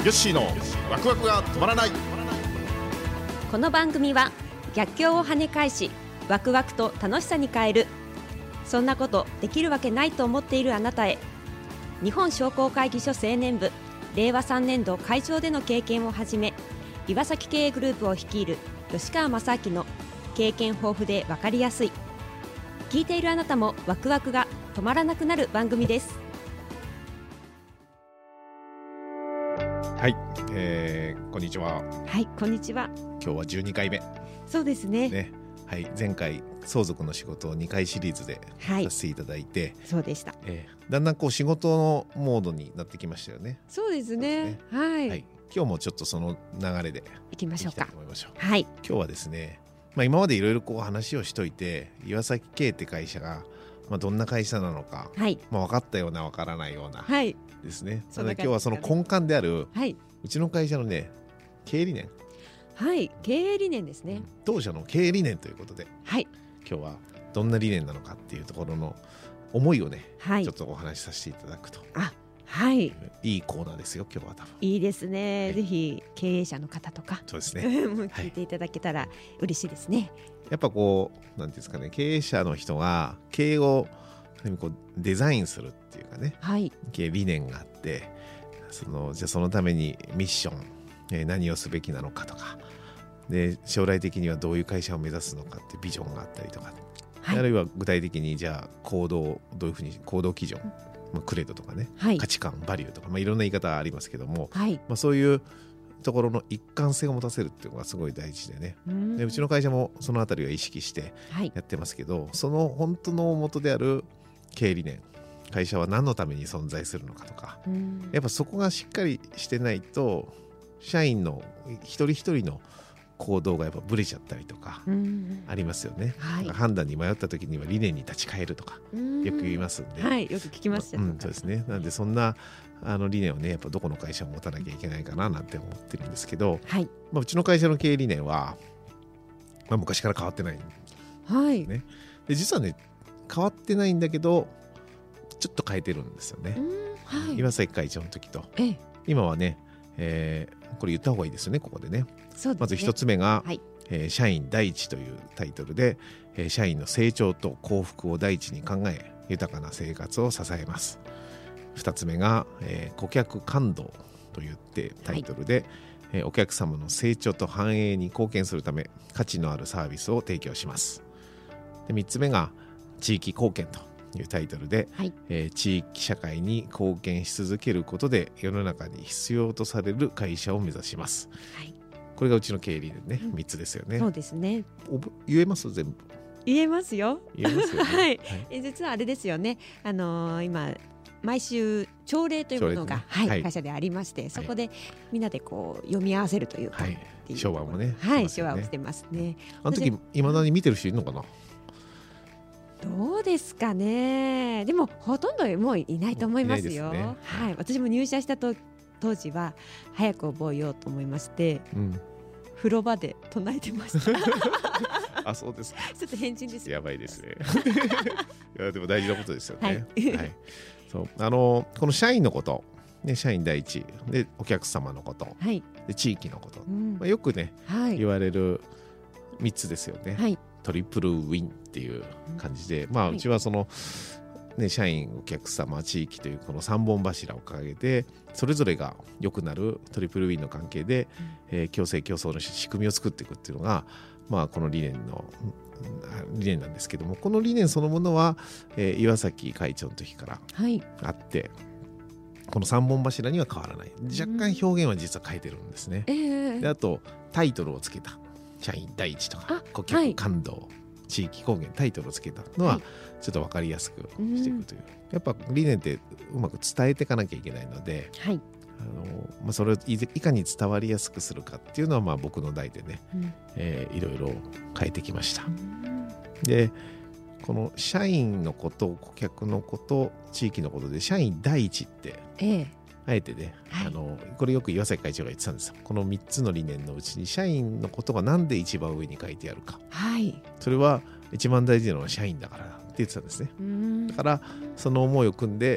ヨッシーのワクワクが止まらない。 この番組は逆境を跳ね返しワクワクと楽しさに変える、そんなことできるわけないと思っているあなたへ、日本商工会議所青年部令和3年度会長での経験をはじめ、岩崎経営グループを率いる吉川正明の経験豊富で分かりやすい、聞いているあなたもワクワクが止まらなくなる番組です。 はい、こんにちは。 はい、こんにちは。 今日は12回目そうですね。 はい、前回相続の仕事を2回シリーズでさせていただいて、 そうでした。 だんだんこう仕事のモードになってきましたよね。 そうですね。はい、 今日もちょっとその流れでいきましょうか。 はい、今日はですね、今までいろいろこう話をしといて、岩崎系って会社がどんな会社なのか、分かったような分からないようなですね。なので今日はその根幹である、うちの会社のね、経営理念、 経営理念ですね。 当社の経営理念ということで、今日はどんな理念なのかっていうところの思いをね、ちょっとお話しさせていただくと。いいコーナーですよ今日は。多分いいですね、ぜひ経営者の方とかそうですね聞いていただけたら嬉しいですね。 やっぱこうなんていうんですかね、経営者の人が経営をこうデザインするっていうかね、経営理念があって、じゃあそのためにミッション、何をすべきなのかとかで、将来的にはどういう会社を目指すのかってビジョンがあったりとか、あるいは具体的にじゃあ行動、どういうふうに行動基準、クレードとかね、価値観、バリューとか、いろんな言い方ありますけども、そういうところの一貫性を持たせるっていうのがすごい大事でね。でうちの会社もそのあたりは意識してやってますけど、その本当の元である経営理念、会社は何のために存在するのかとか、やっぱそこがしっかりしてないと、社員の一人一人の行動がやっぱブレちゃったりとかありますよね。判断に迷った時には理念に立ち返るとかよく言いますんで、 よく聞きますよ、 そうですね。なのでそんな理念をね、やっぱどこの会社も持たなきゃいけないかななんて思ってるんですけど、うちの会社の経営理念は、昔から変わってない、で実はね変わってないんだけどちょっと変えてるんですよね。岩崎会長の時と今はね、これ言った方がいいですよね、ここでね。まず一つ目が、社員第一というタイトルで、社員の成長と幸福を第一に考え、豊かな生活を支えます。二つ目が、顧客感動といってタイトルで、お客様の成長と繁栄に貢献するため価値のあるサービスを提供します。で三つ目が地域貢献というタイトルで、地域社会に貢献し続けることで世の中に必要とされる会社を目指します。これがうちの経営理念ね、3つですよね。 そうですね。 言えます？全部言えますよ。 言えますよね。 実はあれですよね、今毎週朝礼というものが、会社でありまして、そこでみんなでこう読み合わせるというか、 昭和もね、 昭和をしてますね。 あの時いまだに見てる人いるのかな。 どうですかね。でもほとんどもういないと思いますよ。私も入社した当時は早く覚えようと思いまして、風呂場で唱えてましたあ、そうですか。 ちょっと変人ですよ。 やばいですねいやでも大事なことですよね。そうこの社員のこと、社員第一でお客様のこと、で地域のこと、よくね、言われる3つですよね。トリプルウィンっていう感じで、うちはその、社員、お客様、地域というこの3本柱を掲げて、それぞれが良くなるトリプルウィンの関係で、共生共創の仕組みを作っていくっていうのが、この理念なんですけども、この理念そのものは、岩崎会長の時からあって、この3本柱には変わらない。若干表現は実は変えてるんですね。であとタイトルをつけた社員第一とか顧客感動、地域貢献、タイトルをつけたのはちょっと分かりやすくしていくという、やっぱ理念ってうまく伝えていかなきゃいけないので、それをいかに伝わりやすくするかっていうのは僕の代でね、いろいろ変えてきました。でこの社員のこと、顧客のこと、地域のことで社員第一って、あえてね、これよく岩崎会長が言ってたんですよ。この3つの理念のうちに社員のことがなんで一番上に書いてあるか、それは一番大事なのは社員だからって言ってたんですね。だからその思いを組んで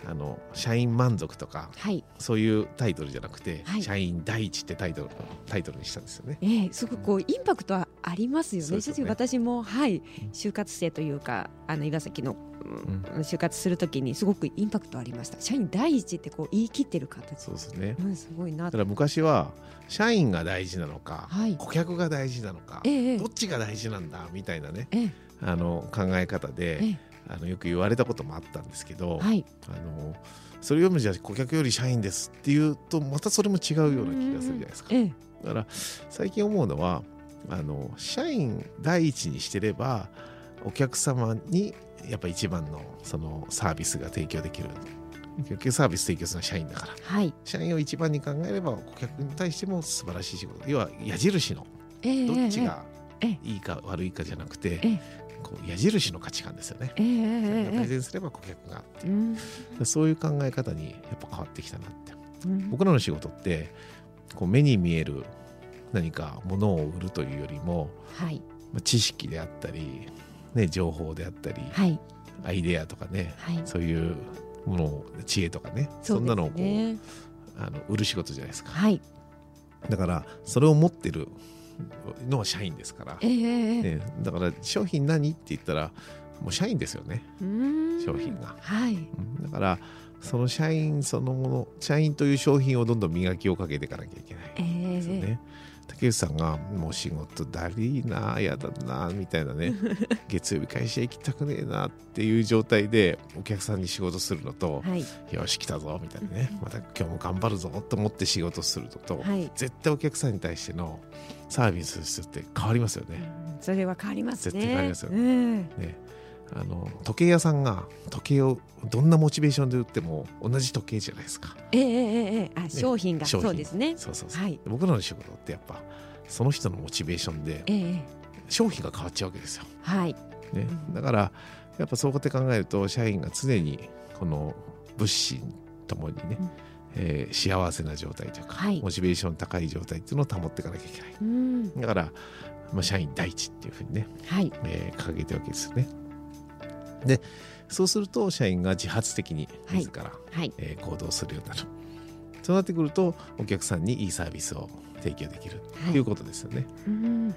社員満足とか、 はい、 そういうタイトルじゃなくて、 はい、 社員第一ってタイトルにしたんですよね。 すごくこうインパクトありますよね。正直私も、はい、就活生というか岩崎の、就活するときにすごくインパクトありました。社員第一ってこう言い切ってる形。 そうですね、 すごいな。 だから昔は社員が大事なのか、 はい、 顧客が大事なのか、どっちが大事なんだみたいなね、考え方で、よく言われたこともあったんですけど、 はい、 それよりもじゃあ顧客より社員ですっていうとまたそれも違うような気がするじゃないですか。だから最近思うのは社員第一にしてればお客様にやっぱ一番のそのサービスが提供できる。結局サービス提供するのは社員だから、はい、社員を一番に考えれば顧客に対しても素晴らしい仕事、要は矢印のどっちがいいか悪いかじゃなくて、こう矢印の価値観ですよね。改善すれば顧客がっていう、そういう考え方にやっぱ変わってきたなって、僕らの仕事ってこう目に見える何か物を売るというよりも、はい、知識であったり、ね、情報であったり、はい、アイデアとかね、はい、そういうものを知恵とかね、そんなのをこう売る仕事じゃないですか、はい、だからそれを持ってるのは社員ですから、ね、だから商品何って言ったらもう社員ですよね、商品が、はい、だからその社員そのもの、社員という商品をどんどん磨きをかけていかなきゃいけないですよね。竹内さんがもう仕事だりーな、やだなみたいなね月曜日会社行きたくねえなっていう状態でお客さんに仕事するのと、はい、よし来たぞみたいなね、また今日も頑張るぞと思って仕事するのと、はい、絶対お客さんに対してのサービスするって変わりますよね。 それは変わりますね。 絶対変わりますよね。ね、時計屋さんが時計をどんなモチベーションで売っても同じ時計じゃないですか。 商品がそうですね。 そう、はい、僕らの仕事ってやっぱその人のモチベーションで商品が変わっちゃうわけですよ、はいね、だからやっぱそうやって考えると社員が常にこの物心ともにね、幸せな状態というか、はい、モチベーション高い状態っていうのを保っていかなきゃいけない。だから、社員第一っていうふうにね、はい、掲げてるわけですよね。でそうすると社員が自発的に自ら、はい行動するようになる。そうなってくるとお客さんにいいサービスを提供できるということですよね、はい、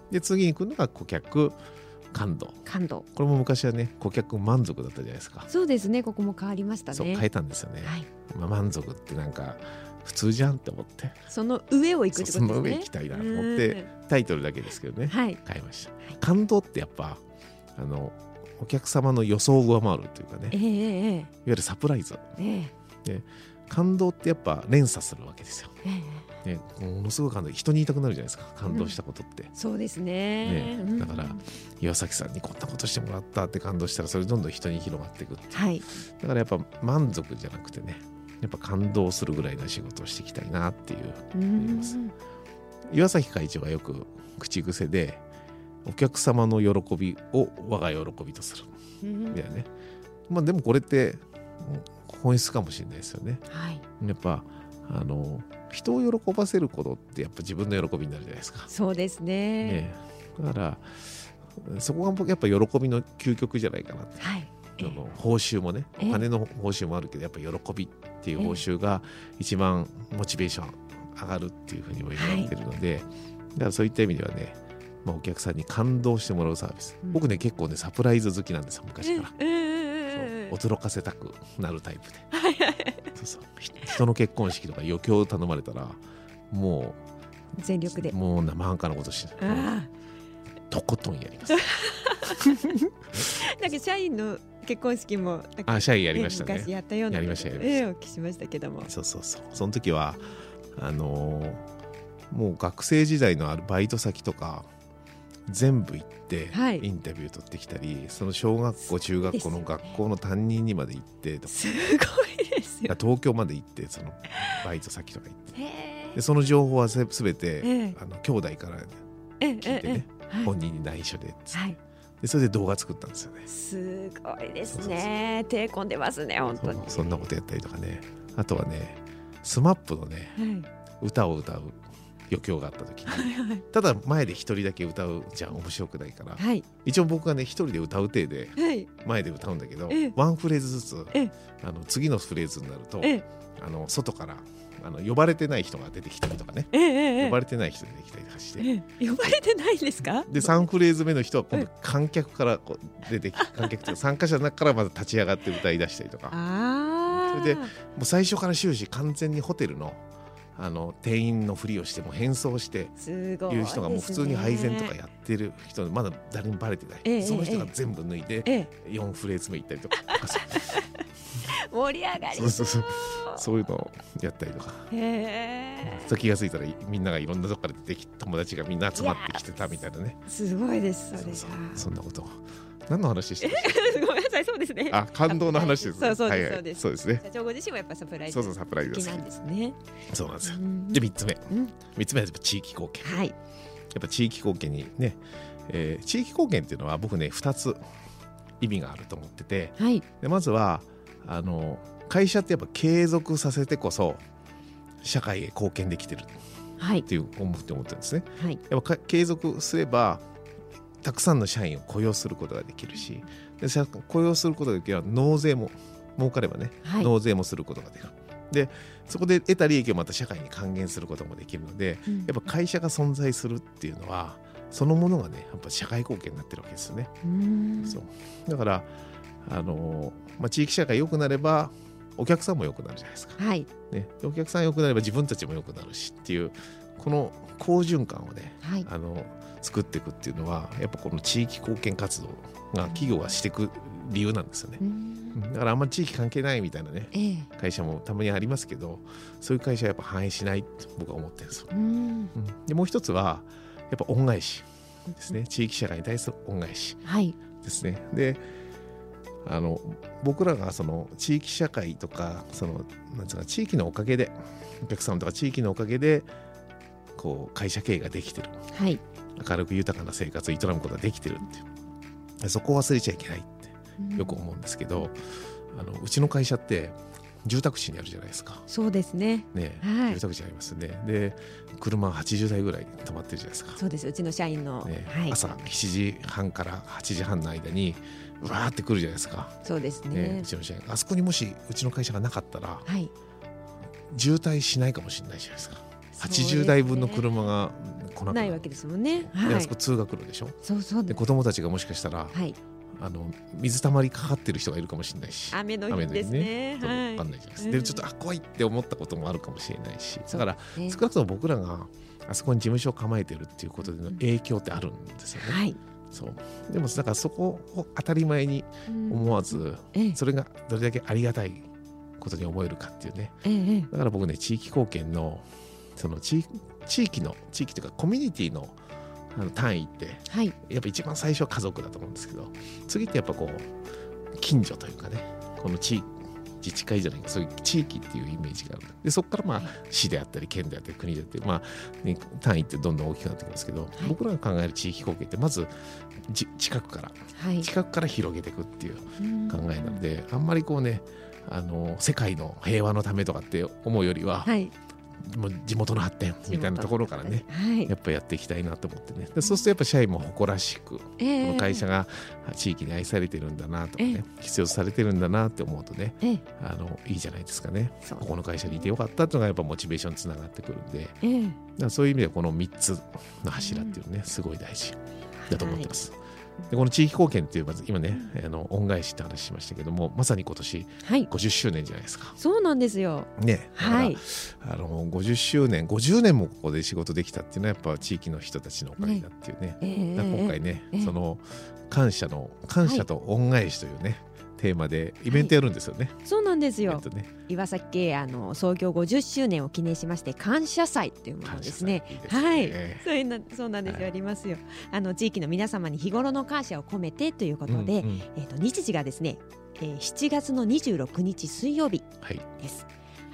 で次に来るのが顧客感度。これも昔はね顧客満足だったじゃないですか。 そうですね、ここも変わりましたね。 そう変えたんですよね、はい、満足ってなんか普通じゃんって思ってその上を行くってことですね。 その上行きたいなと思ってタイトルだけですけどね、はい、変えました、はい、感動ってやっぱお客様の予想を上回るというかね、いわゆるサプライズ、で感動ってやっぱ連鎖するわけですよ、ね、ものすごく人に言いたくなるじゃないですか、感動したことって、 そうです ね、 だから岩崎さんにこんなことしてもらったって感動したらそれどんどん人に広がっていくっていう、はい、だからやっぱ満足じゃなくてね、やっぱ感動するぐらいの仕事をしていきたいなっていう思います。岩崎会長がよく口癖でお客様の喜びを我が喜びとする、だよね。でもこれって本質かもしれないですよね、はい、やっぱ人を喜ばせることってやっぱ自分の喜びになるじゃないですか。 そうです ね。 だからそこがやっぱ喜びの究極じゃないかなって、はい、報酬もね、お金の報酬もあるけどやっぱ喜びっていう報酬が一番モチベーション上がるっていうふうにも言われてるので、だからそういった意味ではね、お客さんに感動してもらうサービス、僕ね結構ねサプライズ好きなんですよ、昔から、驚かせたくなるタイプで、そう人の結婚式とか余興を頼まれたらもう全力でもう生半可なことしてとことんやりますなんか社員の結婚式も社員やりましたね、 昔やったようなやりましたお聞きしましたけども、 そうその時はもう学生時代のあるバイト先とか全部行ってインタビュー取ってきたり、その小学校中学校の学校の担任にまで行ってとか、 すごいですよ。 東京まで行ってそのバイト先とか行ってでその情報はすべて兄弟から聞いてね、本人に内緒ででそれで動画作ったんですよね。 すごいですね。手込んでますね本当に。 そんなことやったりとかね、あとはねスマップのね、歌を歌う余興があった時に、ただ前で一人だけ歌うじゃ面白くないから、一応僕がね一人で歌う体で前で歌うんだけど、ワンフレーズずつ次のフレーズになると外から呼ばれてない人が出てきたりとかね、呼ばれてない人が出てきたりとかして、 呼ばれてないですか。 で3フレーズ目の人は今度観客からこう出てき観客というか参加者の中からまず立ち上がって歌い出したりとか、それでもう最初から終始完全にホテルの店員のふりをしても変装していう人がもう普通に配膳とかやってる人まだ誰にバレてない、その人が全部抜いて4フレーズ目いったりとか盛り上がりそういうのをやったりとか、そう気がついたらみんながいろんなとこから出てきて友達がみんな集まってきてたみたいなね。 すごいです。 そんなこと何の話してごめんなさい。そうですね。 感動の話ですね。 そうですね。社長ご自身はやっぱサプライズサプライズ好きなんですね。 そうなんですよ。で3つ目はやっぱ地域貢献。やっぱ地域貢献にね、地域貢献っていうのは僕ね2つ意味があると思ってて、でまずは会社ってやっぱ継続させてこそ社会へ貢献できてるっていう思ってるんですね。やっぱ継続すればたくさんの社員を雇用することができるし、で雇用することができれば納税も儲かればね、納税もすることができる。でそこで得た利益をまた社会に還元することもできるので、やっぱ会社が存在するっていうのはそのものがねやっぱ社会貢献になってるわけですよね。そうだから地域社会良くなればお客さんも良くなるじゃないですか、ね、お客さん良くなれば自分たちも良くなるしっていうこの好循環をね、作っていくっていうのはやっぱこの地域貢献活動が企業がしていく理由なんですよね。だからあんまり地域関係ないみたいなね、会社もたまにありますけど、そういう会社はやっぱ反映しないって僕は思ってるんですよ。でもう一つはやっぱ恩返しですね。地域社会に対する恩返しですね。で僕らがその地域社会とかなんつうか地域のおかげでお客様とか地域のおかげでこう会社経営ができてる、明るく豊かな生活を営むことができてるっていう、そこを忘れちゃいけないってよく思うんですけど、うちの会社って住宅地にあるじゃないですか。 そうですね。 住宅地ありますね。で車80台ぐらい止まってるじゃないですか。 そうです。うちの社員の、 朝7時半から8時半の間にわーって来るじゃないですか。 そうですね。 うちの社員あそこにもしうちの会社がなかったら、渋滞しないかもしれないじゃないですか。80台分の車が来なくないわけですもんね。 あそこ通学路でしょ。で子供たちがもしかしたら、水たまりかかってる人がいるかもしれないし、 雨の日ですね。 分かんないじゃないですか。でちょっと怖いって思ったこともあるかもしれないし、だから少なくとも僕らがあそこに事務所を構えてるっていうことでの影響ってあるんですよね。そうでもだからそこを当たり前に思わず、それがどれだけありがたいことに思えるかっていうね、だから僕ね地域貢献のその地域というかコミュニティの単位って、やっぱ一番最初は家族だと思うんですけど、次ってやっぱこう近所というかね、この自治会じゃないか、そういう地域っていうイメージがある。でそこから市であったり県であったり国であったり、単位ってどんどん大きくなってくるんですけど、僕らが考える地域貢献ってまず近くから広げていくっていう考えなので、あんまりこうね世界の平和のためとかって思うよりは、もう地元の発展みたいなところからね、やっぱやっていきたいなと思ってね。でそうするとやっぱ社員も誇らしく、この会社が地域に愛されてるんだなとかね、必要とされてるんだなって思うとね、いいじゃないですかね。ここの会社にいてよかったっていうのがやっぱモチベーションにつながってくるんで、だからそういう意味ではこの3つの柱っていうのね、すごい大事だと思ってます。でこの地域貢献っていう今ね恩返しって話しましたけども、まさに今年50周年じゃないですか。 そうなんですよね。50周年50年もここで仕事できたっていうのはやっぱ地域の人たちのおかげだっていうね、今回ねその感謝と恩返しというねテーマでイベントやるんですよね。 そうなんですよ。岩崎系創業50周年を記念しまして感謝祭というものですね。そうなんですよ。ありますよ。地域の皆様に日頃の感謝を込めてということで、日時がですね、7月の26日水曜日です。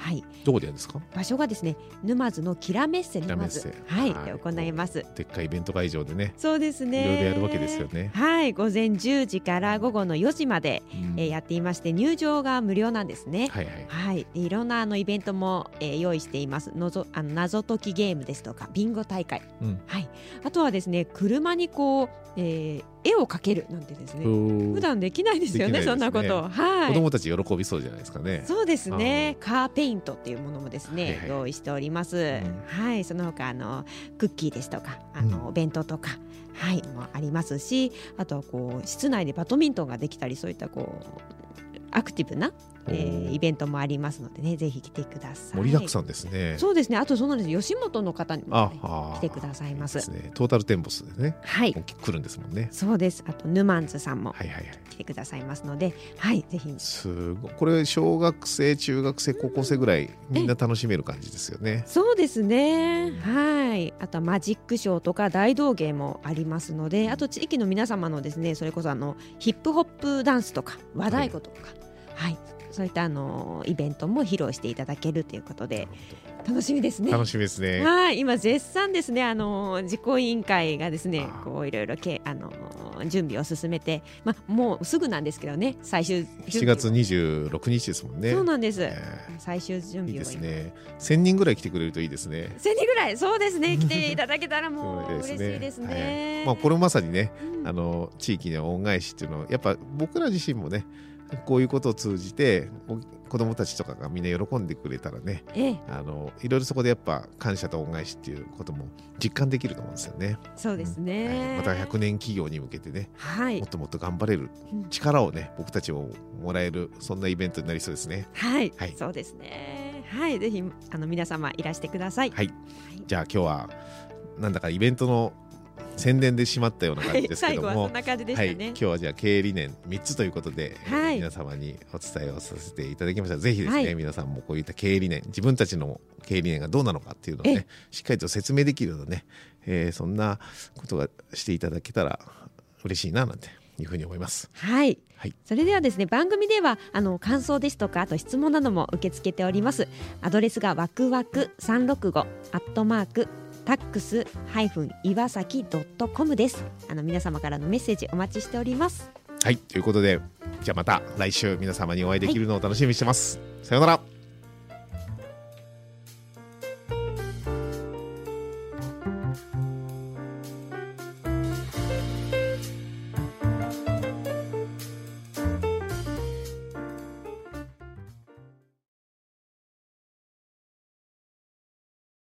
はい、 どこでやるんですか？ 場所がですね、沼津のキラメッセ沼津、はい、で行います。 でっかいイベント会場でね、 そうですね、 いろいろやるわけですよね。 はい、午前10時から午後の4時まで、やっていまして、入場が無料なんですね。はいはいはい、でいろんなイベントも、用意しています。謎解きゲームですとかビンゴ大会、はい、あとはですね、車にこう、絵を描けるなんてですね、普段できないですよね、そんなこと。はい、 子供たち喜びそうじゃないですかね。 そうですね、カーペイントっていうものもですね、用意しております。はい、その他クッキーですとかお弁当とか、はい、もありますし、あとはこう室内でバドミントンができたり、そういったこうアクティブな、イベントもありますのでね、ぜひ来てください。 盛りだくさんですね。 そうですね、あとそうなんです、吉本の方にも、ね、来てくださいます。 いいですね、トータルテンボスでね、 はい、 来るんですもんね。 そうです。あとヌマンズさんも来てくださいますので、はい、ぜひ。 すごい、これ小学生、中学生、高校生ぐらいみんな楽しめる感じですよね。 そうですね、はい。あとはマジックショーとか大道芸もありますので、あと地域の皆様のですね、それこそヒップホップダンスとか和太鼓とか、はい、そういったイベントも披露していただけるということで、楽しみですね。 楽しみですね。 はい、今絶賛ですね、実行委員会がですね、こういろいろ準備を進めて、もうすぐなんですけどね、最終 7月26日ですもんね。 そうなんです、最終準備を。いいですね。1000人ぐらい来てくれるといいですね。 1000人ぐらい、そうですね、来ていただけたらもう嬉しいですね。 これまさにね、地域の恩返しっていうのはやっぱ僕ら自身もね、こういうことを通じて子どもたちとかがみんな喜んでくれたらね、いろいろそこでやっぱ感謝と恩返しっていうことも実感できると思うんですよね。 そうですね、 また100年企業に向けてね、 はい、 もっともっと頑張れる力をね、僕たちをもらえる、そんなイベントになりそうですね。 はい、はい、そうですね、はい、ぜひ皆様いらしてください。 はい、じゃあ今日はなんだかイベントの宣伝でしまったような感じですけども、 最後はそんな感じでしたね。 今日はじゃあ経営理念3つということで、皆様にお伝えをさせていただきました。ぜひですね、皆さんもこういった経営理念、自分たちの経営理念がどうなのかっていうのをね、しっかりと説明できるようなね、そんなことがしていただけたら嬉しいななんていうふうに思います。 はい、はい、それではですね、番組では感想ですとか、あと質問なども受け付けております。アドレスがワクワク365tax-iwasaki.com です。皆様からのメッセージお待ちしております。 はい、ということで、じゃあまた来週皆様にお会いできるのを楽しみにしてます。さようなら。